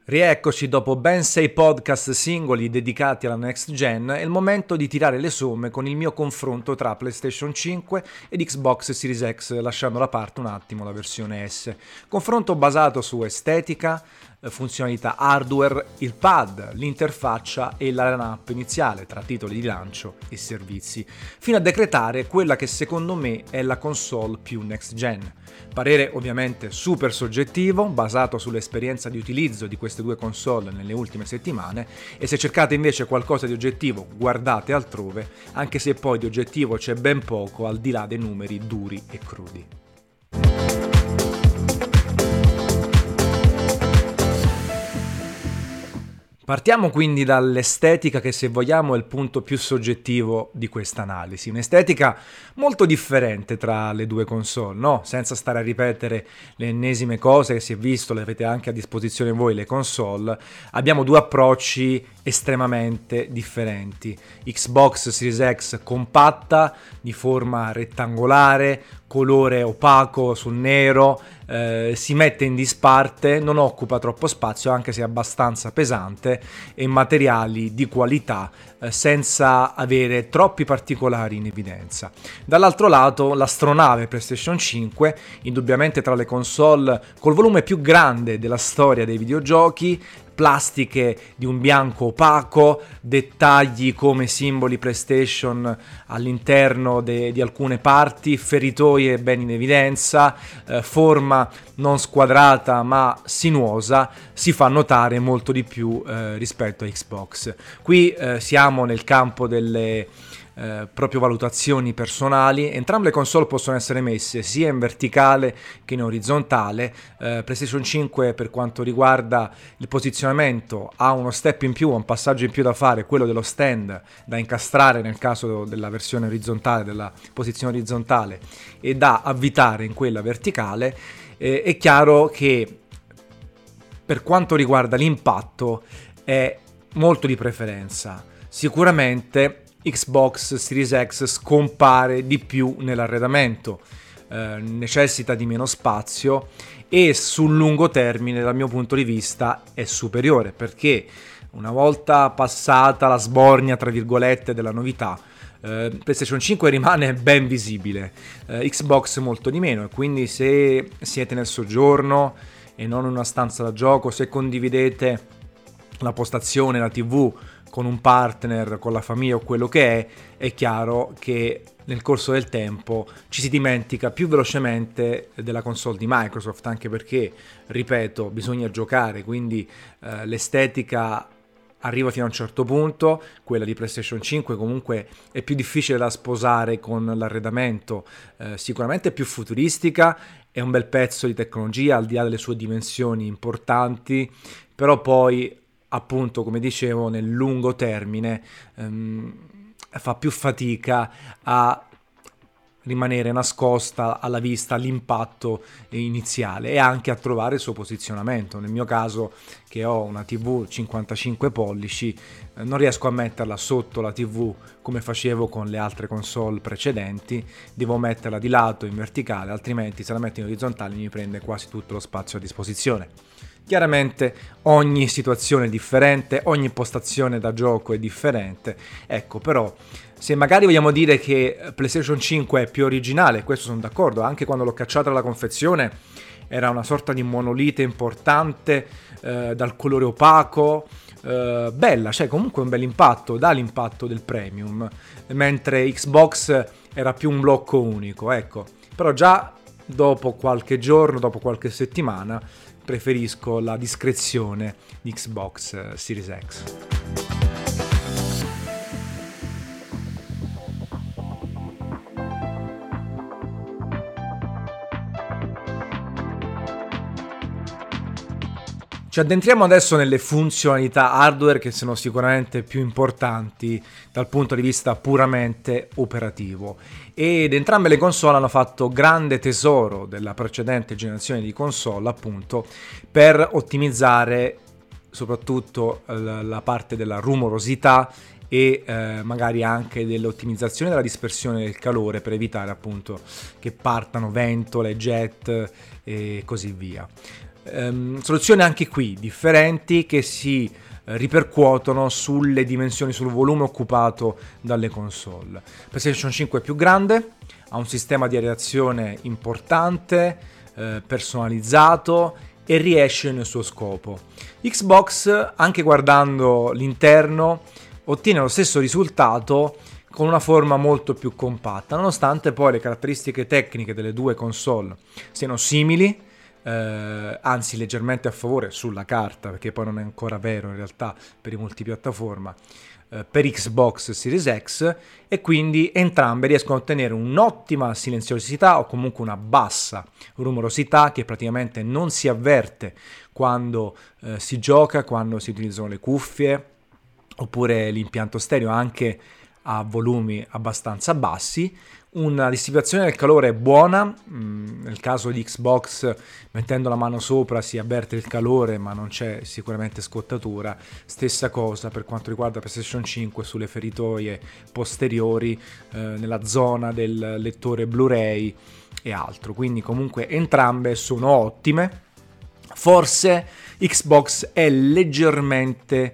Rieccoci dopo ben 6 podcast singoli dedicati alla next gen. È il momento di tirare le somme con il mio confronto tra PlayStation 5 ed Xbox Series X, lasciando da parte un attimo la versione S. Confronto basato su estetica, funzionalità hardware, il pad, l'interfaccia e la line-up iniziale tra titoli di lancio e servizi, fino a decretare quella che secondo me è la console più next gen. Parere ovviamente super soggettivo, basato sull'esperienza di utilizzo di queste due console nelle ultime settimane, e se cercate invece qualcosa di oggettivo guardate altrove, anche se poi di oggettivo c'è ben poco al di là dei numeri duri e crudi. Partiamo quindi dall'estetica, che se vogliamo è il punto più soggettivo di questa analisi. Un'estetica molto differente tra le due console, no? Senza stare a ripetere le ennesime cose che si è visto, le avete anche a disposizione voi le console, abbiamo due approcci estremamente differenti. Xbox Series X compatta, di forma rettangolare, colore opaco sul nero, si mette in disparte, non occupa troppo spazio anche se è abbastanza pesante, e materiali di qualità senza avere troppi particolari in evidenza. Dall'altro lato l'astronave PlayStation 5, indubbiamente tra le console col volume più grande della storia dei videogiochi, plastiche di un bianco opaco, dettagli come simboli PlayStation all'interno di alcune parti, feritoie ben in evidenza, forma non squadrata ma sinuosa, si fa notare molto di più rispetto a Xbox. Qui siamo nel campo delle proprio valutazioni personali. Entrambe le console possono essere messe sia in verticale che in orizzontale. PlayStation 5 per quanto riguarda il posizionamento ha uno step in più, un passaggio in più da fare, quello dello stand da incastrare nel caso della versione orizzontale, della posizione orizzontale, e da avvitare in quella verticale. È chiaro che per quanto riguarda l'impatto è molto di preferenza. Sicuramente Xbox Series X scompare di più nell'arredamento, necessita di meno spazio e sul lungo termine dal mio punto di vista è superiore, perché una volta passata la sbornia tra virgolette della novità, PlayStation 5 rimane ben visibile, Xbox molto di meno, e quindi se siete nel soggiorno e non in una stanza da gioco, se condividete la postazione, la TV con un partner, con la famiglia o quello che è chiaro che nel corso del tempo ci si dimentica più velocemente della console di Microsoft, anche perché, ripeto, bisogna giocare, quindi l'estetica arriva fino a un certo punto, quella di PlayStation 5 comunque è più difficile da sposare con l'arredamento, sicuramente è più futuristica, è un bel pezzo di tecnologia al di là delle sue dimensioni importanti, però poi appunto, come dicevo, nel lungo termine fa più fatica a rimanere nascosta alla vista l'impatto iniziale e anche a trovare il suo posizionamento. Nel mio caso, che ho una TV 55 pollici, non riesco a metterla sotto la TV come facevo con le altre console precedenti, devo metterla di lato in verticale, altrimenti se la metto in orizzontale mi prende quasi tutto lo spazio a disposizione. Chiaramente ogni situazione è differente, ogni impostazione da gioco è differente, ecco, però se magari vogliamo dire che PlayStation 5 è più originale, questo sono d'accordo, anche quando l'ho cacciata dalla confezione era una sorta di monolite importante, dal colore opaco, bella, cioè comunque un bel impatto, dà l'impatto del premium, mentre Xbox era più un blocco unico, ecco, però già dopo qualche giorno, dopo qualche settimana, preferisco la discrezione di Xbox Series X. Ci addentriamo adesso nelle funzionalità hardware, che sono sicuramente più importanti dal punto di vista puramente operativo, ed entrambe le console hanno fatto grande tesoro della precedente generazione di console, appunto per ottimizzare soprattutto la parte della rumorosità e magari anche dell'ottimizzazione della dispersione del calore, per evitare appunto che partano ventole, jet e così via. Soluzioni anche qui differenti che si ripercuotono sulle dimensioni, sul volume occupato dalle console. PlayStation 5 è più grande, ha un sistema di areazione importante, personalizzato e riesce nel suo scopo. Xbox, anche guardando l'interno, ottiene lo stesso risultato con una forma molto più compatta, nonostante poi le caratteristiche tecniche delle due console siano simili, anzi leggermente a favore sulla carta, perché poi non è ancora vero in realtà per i multipiattaforma, per Xbox Series X, e quindi entrambe riescono a ottenere un'ottima silenziosità o comunque una bassa rumorosità che praticamente non si avverte quando si gioca, quando si utilizzano le cuffie oppure l'impianto stereo anche a volumi abbastanza bassi. Una dissipazione del calore buona, nel caso di Xbox mettendo la mano sopra si avverte il calore ma non c'è sicuramente scottatura. Stessa cosa per quanto riguarda PlayStation 5 sulle feritoie posteriori, nella zona del lettore Blu-ray e altro, quindi comunque entrambe sono ottime. Forse Xbox è leggermente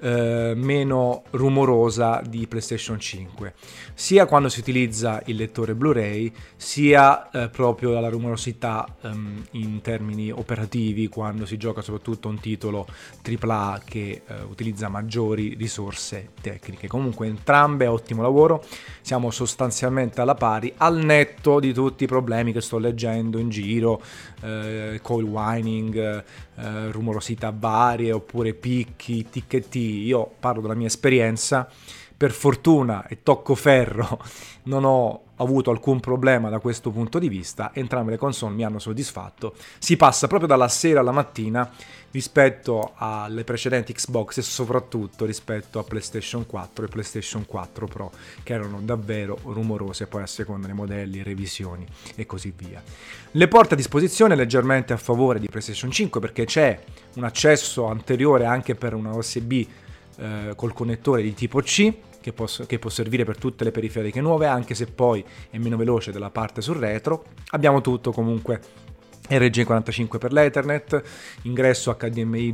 meno rumorosa di PlayStation 5, sia quando si utilizza il lettore Blu-ray, sia proprio dalla rumorosità in termini operativi, quando si gioca soprattutto un titolo AAA che utilizza maggiori risorse tecniche. Comunque entrambe ottimo lavoro, siamo sostanzialmente alla pari, al netto di tutti i problemi che sto leggendo in giro, coil whining, rumorosità varie oppure picchi, ticchetti. Io parlo della mia esperienza, per fortuna e tocco ferro non ho avuto alcun problema da questo punto di vista, entrambe le console mi hanno soddisfatto. Si passa proprio dalla sera alla mattina rispetto alle precedenti Xbox e soprattutto rispetto a PlayStation 4 e PlayStation 4 Pro, che erano davvero rumorose poi a seconda dei modelli, revisioni e così via. Le porte a disposizione leggermente a favore di PlayStation 5 perché c'è un accesso anteriore anche per una USB col connettore di tipo C che può servire per tutte le periferiche nuove, anche se poi è meno veloce della parte sul retro. Abbiamo tutto comunque RJ45 per l'Ethernet, ingresso HDMI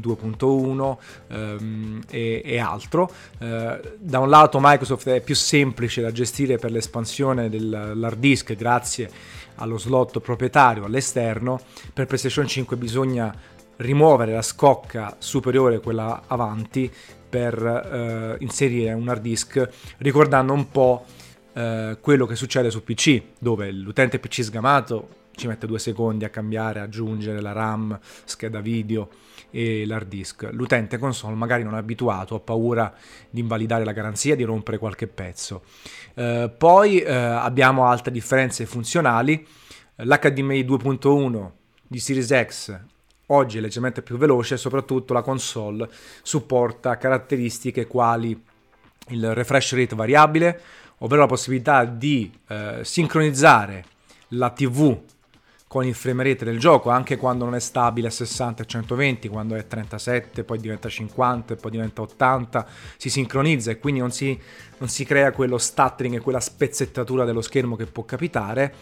2.1 e altro. Da un lato Microsoft è più semplice da gestire per l'espansione dell'hard disk grazie allo slot proprietario all'esterno. Per PlayStation 5 bisogna rimuovere la scocca superiore, quella avanti, per inserire un hard disk, ricordando un po' quello che succede su PC, dove l'utente PC sgamato ci mette 2 secondi a cambiare, aggiungere la RAM, scheda video e l'hard disk. L'utente console magari non è abituato, ha paura di invalidare la garanzia, di rompere qualche pezzo. Poi abbiamo altre differenze funzionali. L'HDMI 2.1 di Series X oggi è leggermente più veloce, soprattutto la console supporta caratteristiche quali il refresh rate variabile, ovvero la possibilità di sincronizzare la TV con il frame rate del gioco anche quando non è stabile a 60 e 120, quando è 37, poi diventa 50, poi diventa 80, si sincronizza e quindi non si crea quello stuttering e quella spezzettatura dello schermo che può capitare,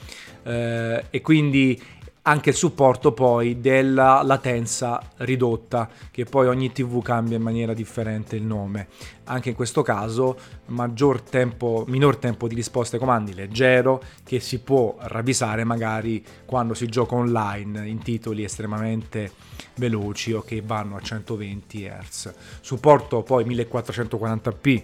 e quindi anche il supporto poi della latenza ridotta, che poi ogni TV cambia in maniera differente il nome. Anche in questo caso minor tempo di risposta ai comandi, leggero, che si può ravvisare magari quando si gioca online in titoli estremamente veloci o che vanno a 120 Hz. Supporto poi 1440p,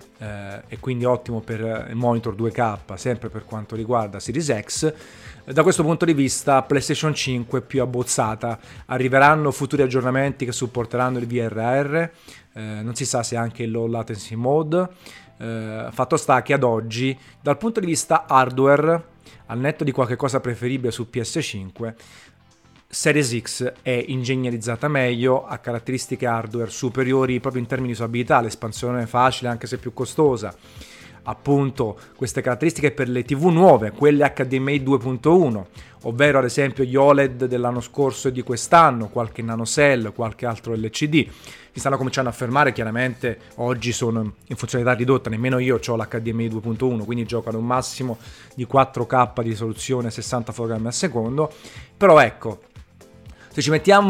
e quindi ottimo per il monitor 2K, sempre per quanto riguarda Series X. Da questo punto di vista PlayStation 5 più abbozzata, arriveranno futuri aggiornamenti che supporteranno il VRR, non si sa se anche il low latency mode, fatto sta che ad oggi dal punto di vista hardware, al netto di qualche cosa preferibile su PS5, Series X è ingegnerizzata meglio, ha caratteristiche hardware superiori proprio in termini di usabilità, l'espansione è facile anche se più costosa. Appunto queste caratteristiche per le TV nuove, quelle HDMI 2.1, ovvero ad esempio gli OLED dell'anno scorso e di quest'anno, qualche nanocell, qualche altro LCD, si stanno cominciando a fermare. Chiaramente oggi sono in funzionalità ridotta, nemmeno io ho l'HDMI 2.1, quindi gioco ad un massimo di 4K di risoluzione 60 fotogrammi al secondo, però ecco, se ci mettiamo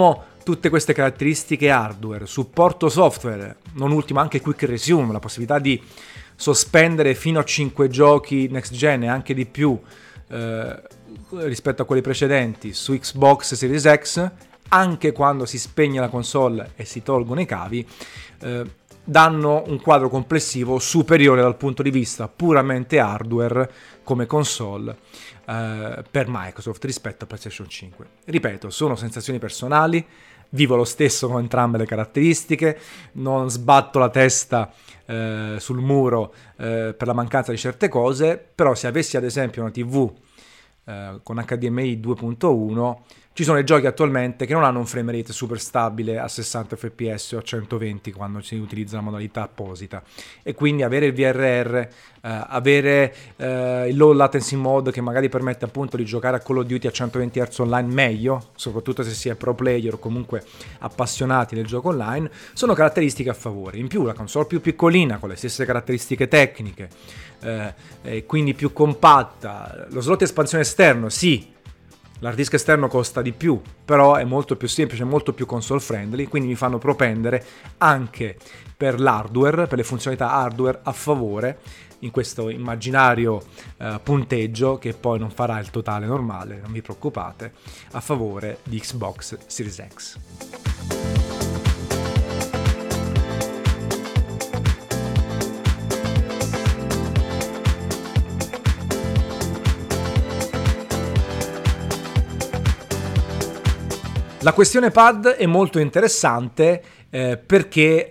tutte queste caratteristiche hardware, supporto software, non ultimo anche Quick Resume, la possibilità di sospendere fino a 5 giochi next gen e anche di più rispetto a quelli precedenti su Xbox Series X, anche quando si spegne la console e si tolgono i cavi, danno un quadro complessivo superiore dal punto di vista puramente hardware come console per Microsoft rispetto a PlayStation 5. Ripeto, sono sensazioni personali, vivo lo stesso con entrambe le caratteristiche, non sbatto la testa sul muro per la mancanza di certe cose, però se avessi ad esempio una TV con HDMI 2.1, ci sono dei giochi attualmente che non hanno un frame rate super stabile a 60 fps o a 120 quando si utilizza la modalità apposita, e quindi avere il VRR, avere il low latency mode che magari permette appunto di giocare a Call of Duty a 120 Hz online meglio, soprattutto se si è pro player o comunque appassionati del gioco online, sono caratteristiche a favore. In più la console più piccolina con le stesse caratteristiche tecniche, e quindi più compatta, lo slot espansione esterno sì, l'hard disk esterno costa di più, però è molto più semplice, molto più console friendly, quindi mi fanno propendere anche per l'hardware, per le funzionalità hardware a favore, in questo immaginario punteggio che poi non farà il totale normale, non vi preoccupate, a favore di Xbox Series X. La questione pad è molto interessante perché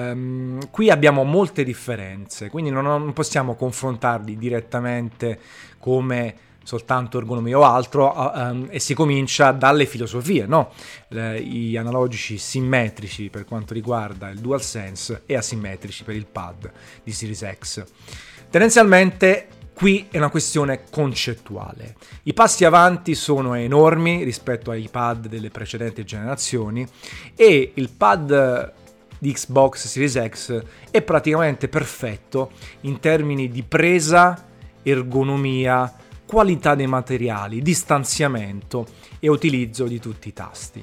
qui abbiamo molte differenze, quindi non possiamo confrontarli direttamente come soltanto ergonomia o altro, e si comincia dalle filosofie, no? Gli analogici simmetrici per quanto riguarda il DualSense e asimmetrici per il pad di Series X. Tendenzialmente qui è una questione concettuale. I passi avanti sono enormi rispetto ai pad delle precedenti generazioni e il pad di Xbox Series X è praticamente perfetto in termini di presa, ergonomia, qualità dei materiali, distanziamento e utilizzo di tutti i tasti.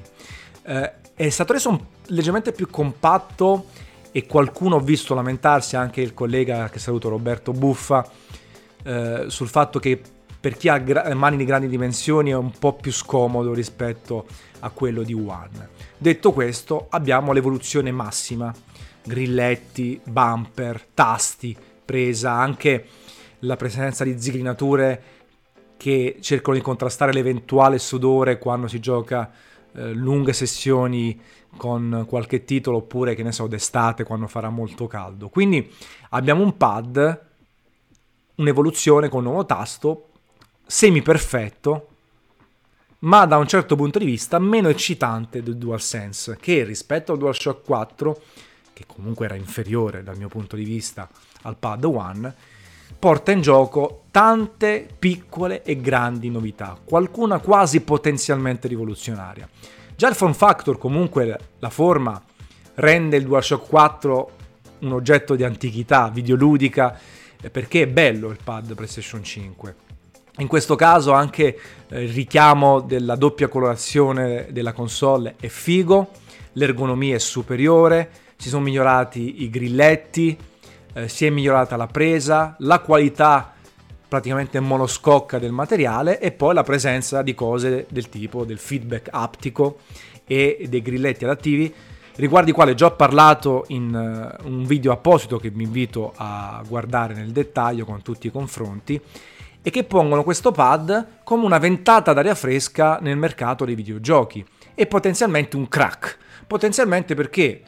È stato reso leggermente più compatto e qualcuno ho visto lamentarsi, anche il collega che saluto Roberto Buffa, sul fatto che per chi ha mani di grandi dimensioni è un po' più scomodo rispetto a quello di One. Detto questo, abbiamo l'evoluzione massima: grilletti, bumper, tasti, presa, anche la presenza di zigrinature che cercano di contrastare l'eventuale sudore quando si gioca lunghe sessioni con qualche titolo, oppure che ne so d'estate quando farà molto caldo. Quindi abbiamo un pad, un'evoluzione con un nuovo tasto semi perfetto, ma da un certo punto di vista meno eccitante del DualSense, che rispetto al DualShock 4, che comunque era inferiore dal mio punto di vista al pad One, porta in gioco tante piccole e grandi novità, qualcuna quasi potenzialmente rivoluzionaria. Già il form factor, comunque la forma, rende il DualShock 4 un oggetto di antichità videoludica, perché è bello il pad PlayStation 5. In questo caso anche il richiamo della doppia colorazione della console è figo, l'ergonomia è superiore, si sono migliorati i grilletti, si è migliorata la presa, la qualità praticamente monoscocca del materiale, e poi la presenza di cose del tipo del feedback aptico e dei grilletti adattivi, riguardo i quali ho già parlato in un video apposito che vi invito a guardare nel dettaglio con tutti i confronti, e che pongono questo pad come una ventata d'aria fresca nel mercato dei videogiochi e potenzialmente un crack. Potenzialmente perché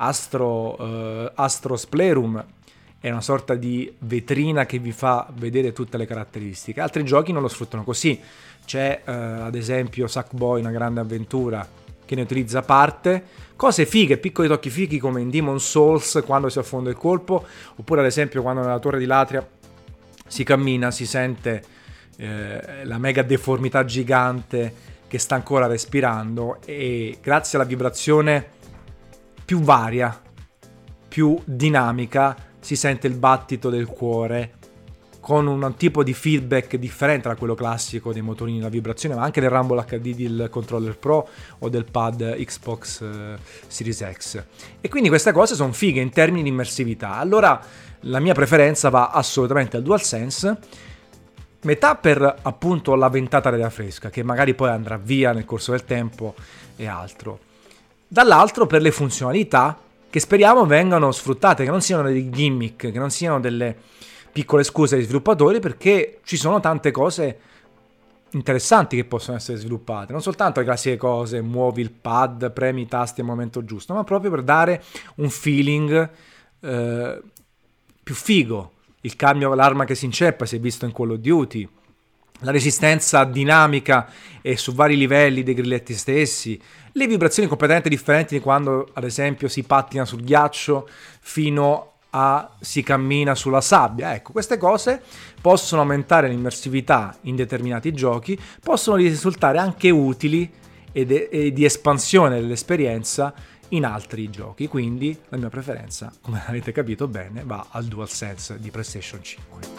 Astro's Playroom è una sorta di vetrina che vi fa vedere tutte le caratteristiche. Altri giochi non lo sfruttano così. C'è ad esempio Sackboy, una grande avventura, che ne utilizza parte, cose fighe, piccoli tocchi fighi come in Demon's Souls quando si affonda il colpo, oppure ad esempio quando nella Torre di Latria si cammina, si sente la mega deformità gigante che sta ancora respirando, e grazie alla vibrazione più varia, più dinamica, si sente il battito del cuore con un tipo di feedback differente da quello classico dei motorini da vibrazione, ma anche del Rumble HD del controller Pro o del pad Xbox Series X. E quindi queste cose sono fighe in termini di immersività. Allora la mia preferenza va assolutamente al DualSense, metà per appunto la ventata d'aria fresca, che magari poi andrà via nel corso del tempo e altro. Dall'altro per le funzionalità che speriamo vengano sfruttate, che non siano dei gimmick, che non siano delle piccole scuse degli sviluppatori, perché ci sono tante cose interessanti che possono essere sviluppate, non soltanto le classiche cose, muovi il pad, premi i tasti al momento giusto, ma proprio per dare un feeling più figo. Il cambio, l'arma che si inceppa, si è visto in Call of Duty, la resistenza dinamica e su vari livelli dei grilletti stessi, le vibrazioni completamente differenti di quando ad esempio si pattina sul ghiaccio fino a si cammina sulla sabbia. Ecco, queste cose possono aumentare l'immersività in determinati giochi, possono risultare anche utili e di espansione dell'esperienza in altri giochi, quindi la mia preferenza, come avete capito bene, va al DualSense di PlayStation 5.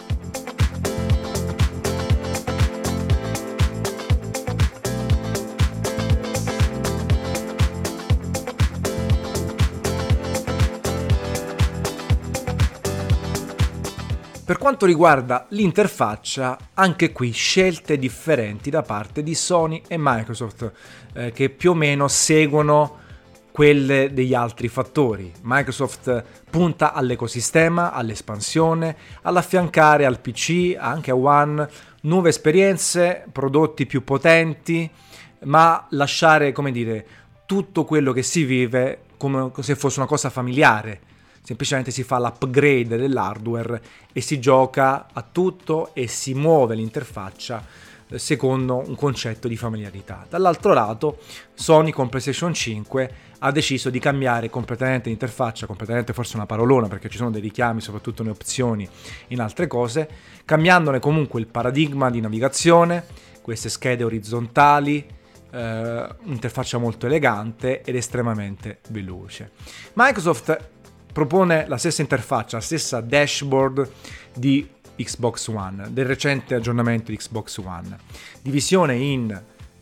Per quanto riguarda l'interfaccia, anche qui scelte differenti da parte di Sony e Microsoft, che più o meno seguono quelle degli altri fattori. Microsoft punta all'ecosistema, all'espansione, all'affiancare al PC, anche a One, nuove esperienze, prodotti più potenti, ma lasciare, come dire, tutto quello che si vive come se fosse una cosa familiare. Semplicemente si fa l'upgrade dell'hardware e si gioca a tutto e si muove l'interfaccia secondo un concetto di familiarità. Dall'altro lato, Sony con PlayStation 5 ha deciso di cambiare completamente l'interfaccia, completamente forse una parolona perché ci sono dei richiami soprattutto nelle opzioni in altre cose, cambiandone comunque il paradigma di navigazione, queste schede orizzontali, un'interfaccia molto elegante ed estremamente veloce. Microsoft propone la stessa interfaccia, la stessa dashboard di Xbox One, del recente aggiornamento di Xbox One. Divisione in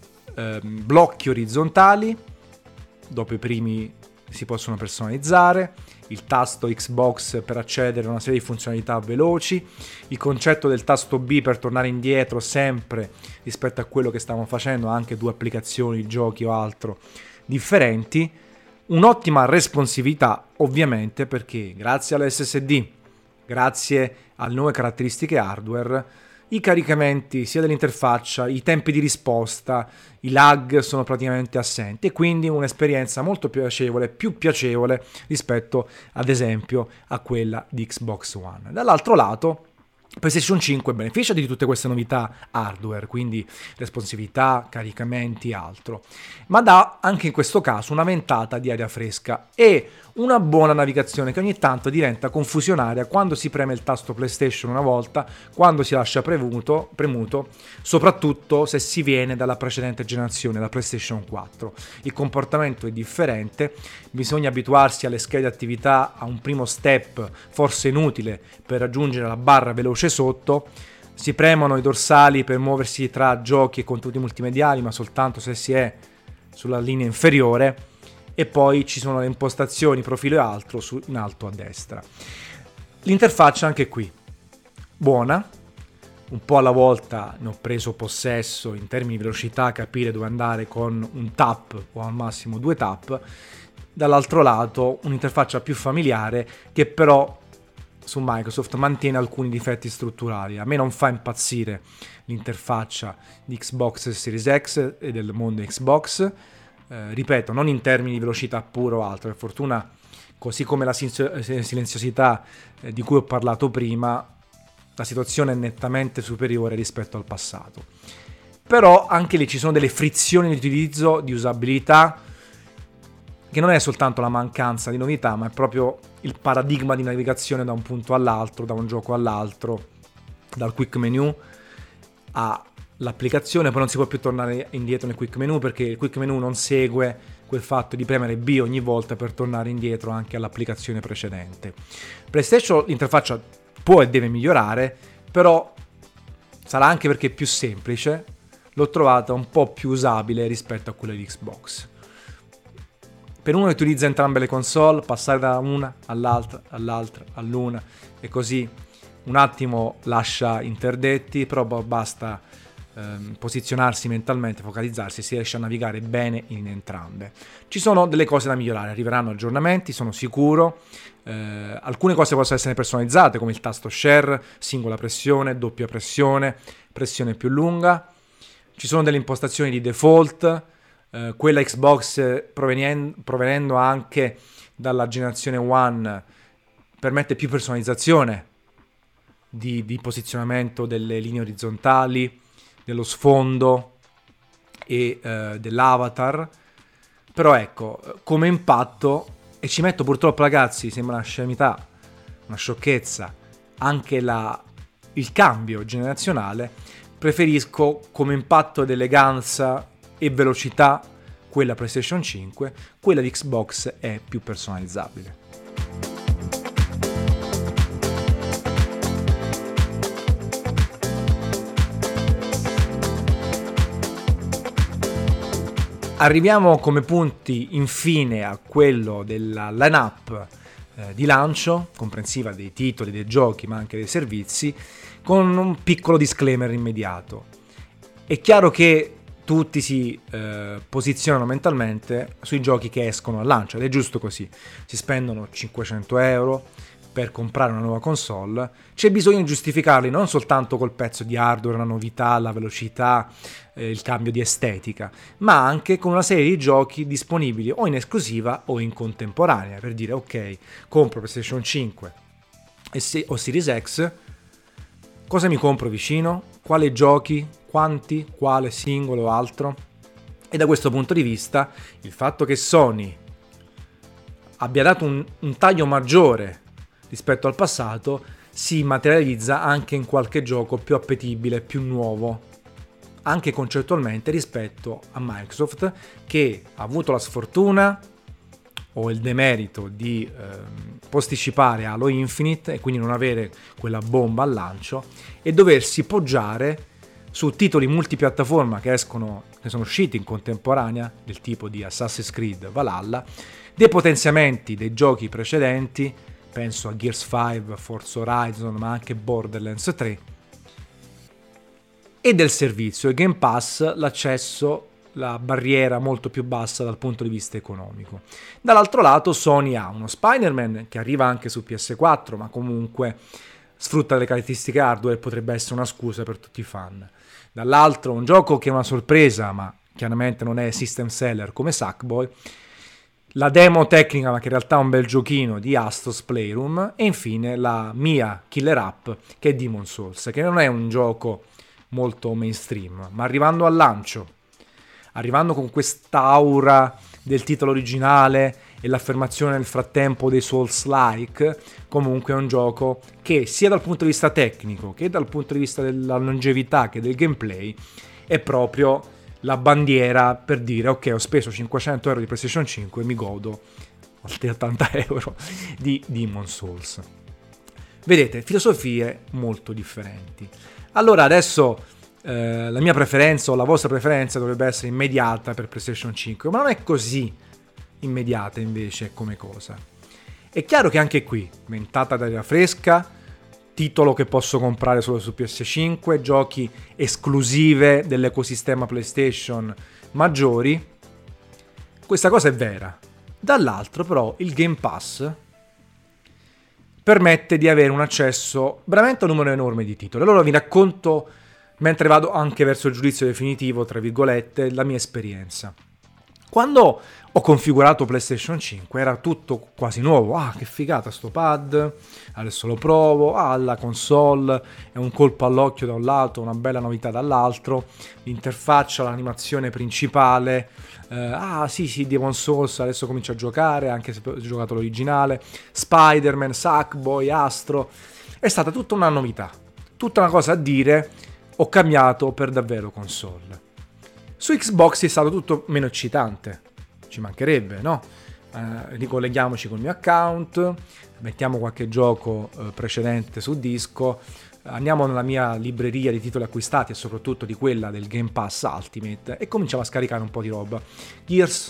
blocchi orizzontali, dopo i primi si possono personalizzare, il tasto Xbox per accedere a una serie di funzionalità veloci, il concetto del tasto B per tornare indietro sempre rispetto a quello che stavamo facendo, anche 2 applicazioni, giochi o altro differenti. Un'ottima responsività ovviamente perché grazie all'SSD, grazie alle nuove caratteristiche hardware, i caricamenti sia dell'interfaccia, i tempi di risposta, i lag sono praticamente assenti e quindi un'esperienza molto più piacevole rispetto ad esempio a quella di Xbox One. Dall'altro lato PlayStation 5 beneficia di tutte queste novità hardware, quindi responsività, caricamenti e altro, ma dà anche in questo caso una ventata di aria fresca e una buona navigazione che ogni tanto diventa confusionaria quando si preme il tasto PlayStation una volta, quando si lascia premuto, soprattutto se si viene dalla precedente generazione, da PlayStation 4. Il comportamento è differente, bisogna abituarsi alle schede attività, a un primo step forse inutile per raggiungere la barra veloce sotto. Si premono i dorsali per muoversi tra giochi e contenuti multimediali, ma soltanto se si è sulla linea inferiore, e poi ci sono le impostazioni, profilo e altro in alto a destra. L'interfaccia anche qui buona, un po' alla volta ne ho preso possesso in termini di velocità, capire dove andare con un tap o al massimo 2 tap. Dall'altro lato un'interfaccia più familiare che però su Microsoft mantiene alcuni difetti strutturali. A me non fa impazzire l'interfaccia di Xbox Series X e del mondo Xbox, ripeto, non in termini di velocità puro o altro, per fortuna, così come la silenziosità di cui ho parlato prima, la situazione è nettamente superiore rispetto al passato. Però anche lì ci sono delle frizioni di utilizzo, di usabilità, che non è soltanto la mancanza di novità, ma è proprio il paradigma di navigazione da un punto all'altro, da un gioco all'altro, dal quick menu all'applicazione. Poi non si può più tornare indietro nel quick menu perché il quick menu non segue quel fatto di premere B ogni volta per tornare indietro anche all'applicazione precedente. PlayStation l'interfaccia può e deve migliorare, però sarà anche perché è più semplice, l'ho trovata un po' più usabile rispetto a quella di Xbox. Per uno che utilizza entrambe le console, passare da una all'altra, all'una e così un attimo lascia interdetti, però basta posizionarsi mentalmente, focalizzarsi, si riesce a navigare bene in entrambe. Ci sono delle cose da migliorare, arriveranno aggiornamenti, sono sicuro. Alcune cose possono essere personalizzate, come il tasto share, singola pressione, doppia pressione, pressione più lunga. Ci sono delle impostazioni di default, quella Xbox provenendo anche dalla generazione One permette più personalizzazione di posizionamento delle linee orizzontali, dello sfondo e dell'avatar. Però ecco, come impatto, e ci metto purtroppo, ragazzi, sembra una scemità, una sciocchezza, anche il cambio generazionale, preferisco come impatto ed eleganza e velocità quella PlayStation 5, quella di Xbox è più personalizzabile. Arriviamo come punti infine a quello della line-up di lancio, comprensiva dei titoli, dei giochi ma anche dei servizi, con un piccolo disclaimer immediato. È chiaro che tutti si posizionano mentalmente sui giochi che escono al lancio ed è giusto così, si spendono 500 euro per comprare una nuova console, c'è bisogno di giustificarli non soltanto col pezzo di hardware, la novità, la velocità, il cambio di estetica, ma anche con una serie di giochi disponibili o in esclusiva o in contemporanea, per dire ok, compro PlayStation 5 o Series X, cosa mi compro vicino? Quali giochi? Quanti? Quale singolo o altro? E da questo punto di vista il fatto che Sony abbia dato un taglio maggiore rispetto al passato si materializza anche in qualche gioco più appetibile, più nuovo, anche concettualmente rispetto a Microsoft, che ha avuto la sfortuna o il demerito di posticipare Halo Infinite e quindi non avere quella bomba al lancio e doversi poggiare su titoli multipiattaforma che sono usciti in contemporanea, del tipo di Assassin's Creed Valhalla, dei potenziamenti dei giochi precedenti, penso a Gears 5, Forza Horizon, ma anche Borderlands 3, e del servizio, il Game Pass, l'accesso, la barriera molto più bassa dal punto di vista economico. Dall'altro lato Sony ha uno Spider-Man che arriva anche su PS4, ma comunque sfrutta le caratteristiche hardware e potrebbe essere una scusa per tutti i fan. Dall'altro un gioco che è una sorpresa, ma chiaramente non è system seller come Sackboy, la demo tecnica ma che in realtà è un bel giochino di Astos Playroom, e infine la mia killer app che è Demon's Souls, che non è un gioco molto mainstream, ma arrivando al lancio, arrivando con quest'aura del titolo originale e l'affermazione nel frattempo dei Souls-like, comunque è un gioco che sia dal punto di vista tecnico che dal punto di vista della longevità che del gameplay è proprio la bandiera per dire ok, ho speso 500 euro di PlayStation 5 e mi godo altri 80 euro di Demon's Souls. Vedete, filosofie molto differenti. Allora adesso la mia preferenza o la vostra preferenza dovrebbe essere immediata per PlayStation 5, ma non è così immediata invece come cosa. È chiaro che anche qui, ventata d'aria fresca, titolo che posso comprare solo su PS5, giochi esclusive dell'ecosistema PlayStation maggiori, questa cosa è vera. Dall'altro però il Game Pass permette di avere un accesso veramente a un numero enorme di titoli. Allora vi racconto, mentre vado anche verso il giudizio definitivo, tra virgolette, la mia esperienza. Quando ho configurato PlayStation 5 era tutto quasi nuovo. Ah, che figata sto pad, adesso lo provo. Ah, la console è un colpo all'occhio da un lato, una bella novità dall'altro. L'interfaccia, l'animazione principale. Sì, Demon's Souls, adesso comincio a giocare, anche se ho giocato l'originale. Spider-Man, Sackboy, Astro. È stata tutta una novità, tutta una cosa a dire. Ho cambiato per davvero console. Su Xbox è stato tutto meno eccitante, ci mancherebbe, no? Ricolleghiamoci col mio account, mettiamo qualche gioco precedente su disco, andiamo nella mia libreria di titoli acquistati e soprattutto di quella del Game Pass Ultimate e cominciamo a scaricare un po' di roba. Gears,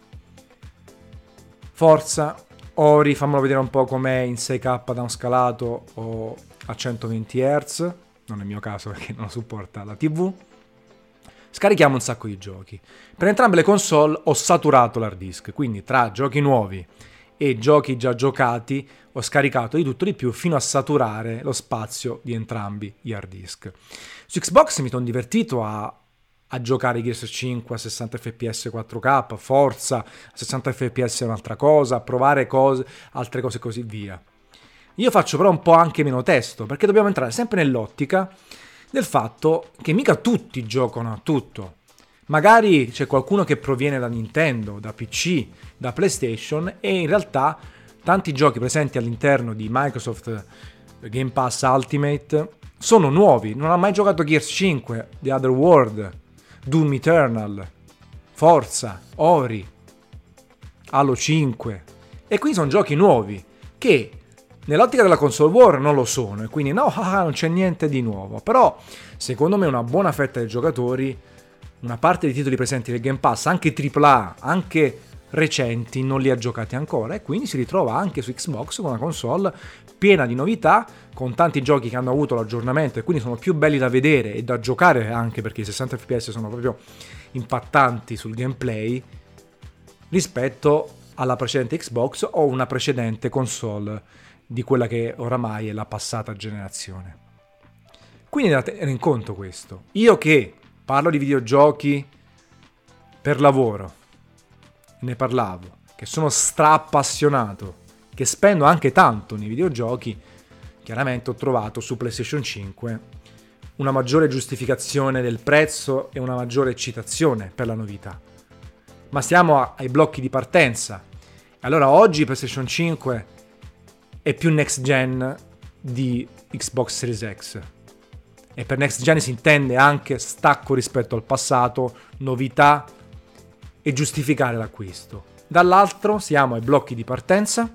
Forza, Ori, fammelo vedere un po' com'è in 6K downscalato o a 120 Hz, non è il mio caso perché non lo supporta la TV. Scarichiamo un sacco di giochi. Per entrambe le console ho saturato l'hard disk, quindi tra giochi nuovi e giochi già giocati ho scaricato di tutto di più fino a saturare lo spazio di entrambi gli hard disk. Su Xbox mi sono divertito a giocare Gears 5 a 60 fps 4K, Forza a 60 fps è un'altra cosa, a provare altre cose e così via. Io faccio però un po' anche meno testo, perché dobbiamo entrare sempre nell'ottica del fatto che mica tutti giocano a tutto. Magari c'è qualcuno che proviene da Nintendo, da PC, da PlayStation e in realtà tanti giochi presenti all'interno di Microsoft Game Pass Ultimate sono nuovi. Non ha mai giocato Gears 5, The Other World, Doom Eternal, Forza, Ori, Halo 5 e quindi sono giochi nuovi che nell'ottica della console war non lo sono e quindi no, non c'è niente di nuovo, però secondo me una buona fetta dei giocatori, una parte dei titoli presenti nel Game Pass, anche AAA, anche recenti, non li ha giocati ancora e quindi si ritrova anche su Xbox con una console piena di novità, con tanti giochi che hanno avuto l'aggiornamento e quindi sono più belli da vedere e da giocare anche perché i 60 fps sono proprio impattanti sul gameplay rispetto alla precedente Xbox o una precedente console di quella che oramai è la passata generazione. Quindi da tenere in conto questo. Io che parlo di videogiochi per lavoro, ne parlavo, che sono appassionato, che spendo anche tanto nei videogiochi, chiaramente ho trovato su PlayStation 5 una maggiore giustificazione del prezzo e una maggiore eccitazione per la novità. Ma stiamo ai blocchi di partenza. Allora oggi PlayStation 5 è più next gen di Xbox Series X. E per next gen si intende anche stacco rispetto al passato, novità e giustificare l'acquisto. Dall'altro siamo ai blocchi di partenza.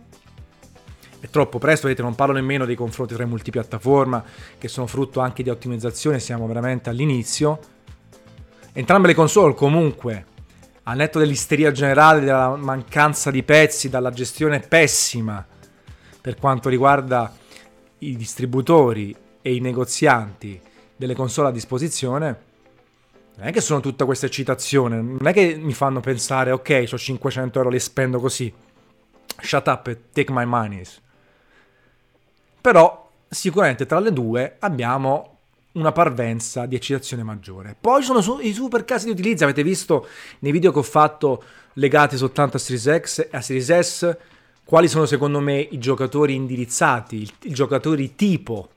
È troppo presto, vedete, non parlo nemmeno dei confronti tra i multipiattaforma che sono frutto anche di ottimizzazione, siamo veramente all'inizio. Entrambe le console comunque, al netto dell'isteria generale, della mancanza di pezzi, dalla gestione pessima per quanto riguarda i distributori e i negozianti delle console a disposizione, non è che sono tutta questa eccitazione, non è che mi fanno pensare ok, ho 500 euro, li spendo così, shut up and take my money. Però sicuramente tra le due abbiamo una parvenza di eccitazione maggiore. Poi ci sono i super casi di utilizzo, avete visto nei video che ho fatto legati soltanto a Series X e a Series S quali sono secondo me i giocatori indirizzati, i giocatori tipo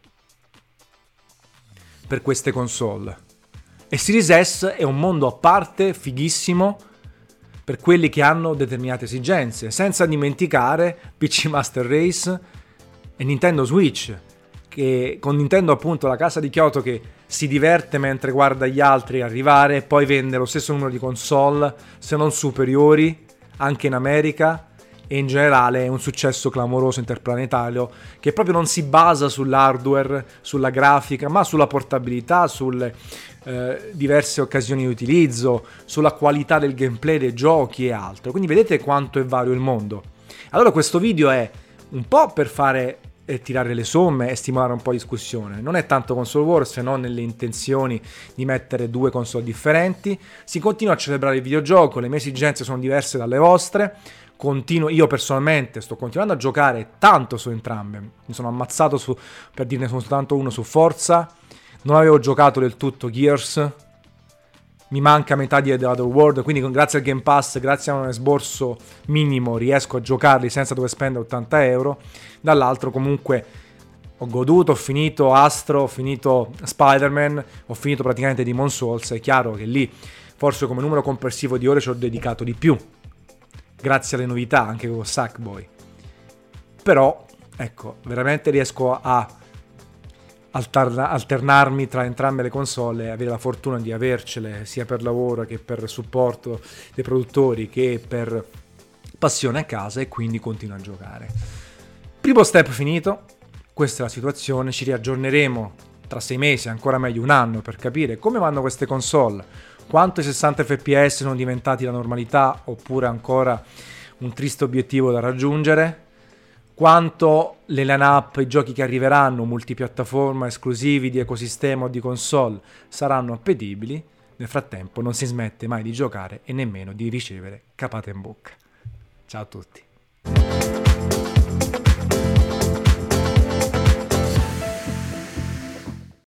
per queste console. E Series S è un mondo a parte, fighissimo, per quelli che hanno determinate esigenze, senza dimenticare PC Master Race e Nintendo Switch, che con Nintendo appunto la casa di Kyoto che si diverte mentre guarda gli altri arrivare e poi vende lo stesso numero di console, se non superiori, anche in America, e in generale è un successo clamoroso interplanetario che proprio non si basa sull'hardware, sulla grafica, ma sulla portabilità, sulle diverse occasioni di utilizzo, sulla qualità del gameplay dei giochi e altro. Quindi vedete quanto è vario il mondo. Allora questo video è un po' per fare tirare le somme e stimolare un po' di discussione. Non è tanto console war se non nelle intenzioni di mettere due console differenti. Si continua a celebrare il videogioco, le mie esigenze sono diverse dalle vostre. Io personalmente sto continuando a giocare tanto su entrambe. Mi sono ammazzato per dirne soltanto uno su Forza. Non avevo giocato del tutto Gears. Mi manca metà di The Other World, quindi grazie al Game Pass, grazie a un esborso minimo, riesco a giocarli senza dover spendere 80 euro. Dall'altro comunque ho goduto, ho finito Astro, ho finito Spider-Man, ho finito praticamente Demon's Souls. È chiaro che lì forse come numero complessivo di ore ci ho dedicato di più, grazie alle novità anche con Sackboy. Però ecco, veramente riesco a alternarmi tra entrambe le console e avere la fortuna di avercele sia per lavoro che per supporto dei produttori che per passione a casa, e quindi continuo a giocare. Primo step finito, questa è la situazione, ci riaggiorneremo tra 6 mesi, ancora meglio un anno, per capire come vanno queste console, quanto i 60 fps sono diventati la normalità oppure ancora un triste obiettivo da raggiungere, quanto le line-up, i giochi che arriveranno, multipiattaforma, esclusivi di ecosistema o di console, saranno appetibili. Nel frattempo non si smette mai di giocare e nemmeno di ricevere capate in bocca. Ciao a tutti.